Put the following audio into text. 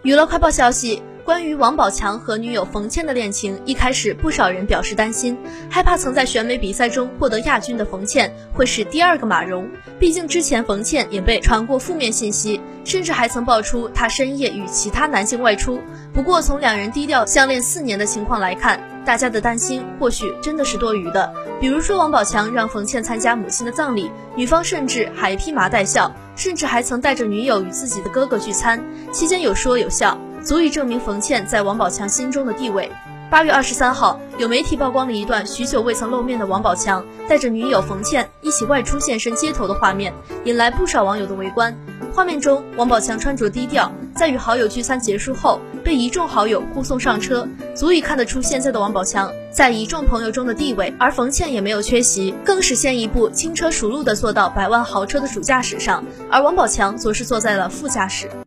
娱乐快报消息，关于王宝强和女友冯茜的恋情，一开始不少人表示担心，害怕曾在选美比赛中获得亚军的冯茜会是第二个马蓉。毕竟之前冯茜也被传过负面信息，甚至还曾爆出她深夜与其他男性外出。不过从两人低调相恋4年的情况来看，大家的担心或许真的是多余的。比如说王宝强让冯茜参加母亲的葬礼，女方甚至还披麻戴孝，甚至还曾带着女友与自己的哥哥聚餐，期间有说有笑，足以证明冯茜在王宝强心中的地位。8月23号，有媒体曝光了一段许久未曾露面的王宝强带着女友冯茜一起外出现身街头的画面，引来不少网友的围观。画面中，王宝强穿着低调，在与好友聚餐结束后，被一众好友护送上车，足以看得出现在的王宝强在一众朋友中的地位，而冯茜也没有缺席，更是先一步轻车熟路地坐到100万豪车的主驾驶上，而王宝强则是坐在了副驾驶。